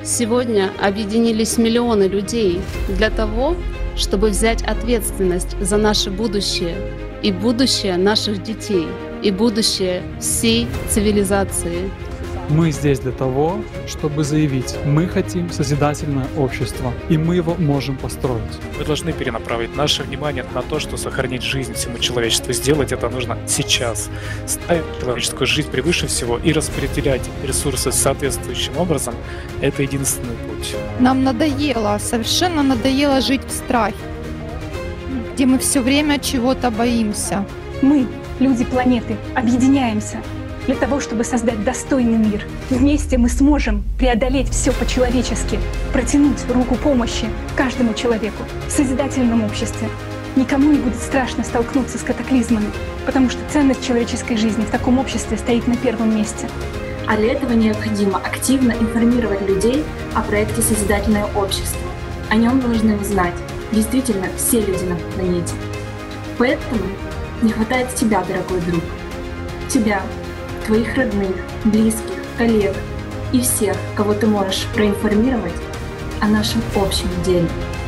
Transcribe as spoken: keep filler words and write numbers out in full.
Сегодня объединились миллионы людей для того, чтобы взять ответственность за наше будущее и будущее наших детей, и будущее всей цивилизации. Мы здесь для того, чтобы заявить, мы хотим созидательное общество, и мы его можем построить. Мы должны перенаправить наше внимание на то, что сохранить жизнь всему человечеству. Сделать это нужно сейчас. Ставить человеческую жизнь превыше всего и распределять ресурсы соответствующим образом – это единственный путь. Нам надоело, совершенно надоело жить в страхе, где мы все время чего-то боимся. Мы, люди планеты, объединяемся для того, чтобы создать достойный мир. Вместе мы сможем преодолеть все по-человечески, протянуть руку помощи каждому человеку в созидательном обществе. Никому не будет страшно столкнуться с катаклизмами, потому что ценность человеческой жизни в таком обществе стоит на первом месте. А для этого необходимо активно информировать людей о проекте «Созидательное общество». О нем должны узнать действительно все люди на планете. Поэтому не хватает тебя, дорогой друг, тебя, твоих родных, близких, коллег и всех, кого ты можешь проинформировать о нашем общем деле.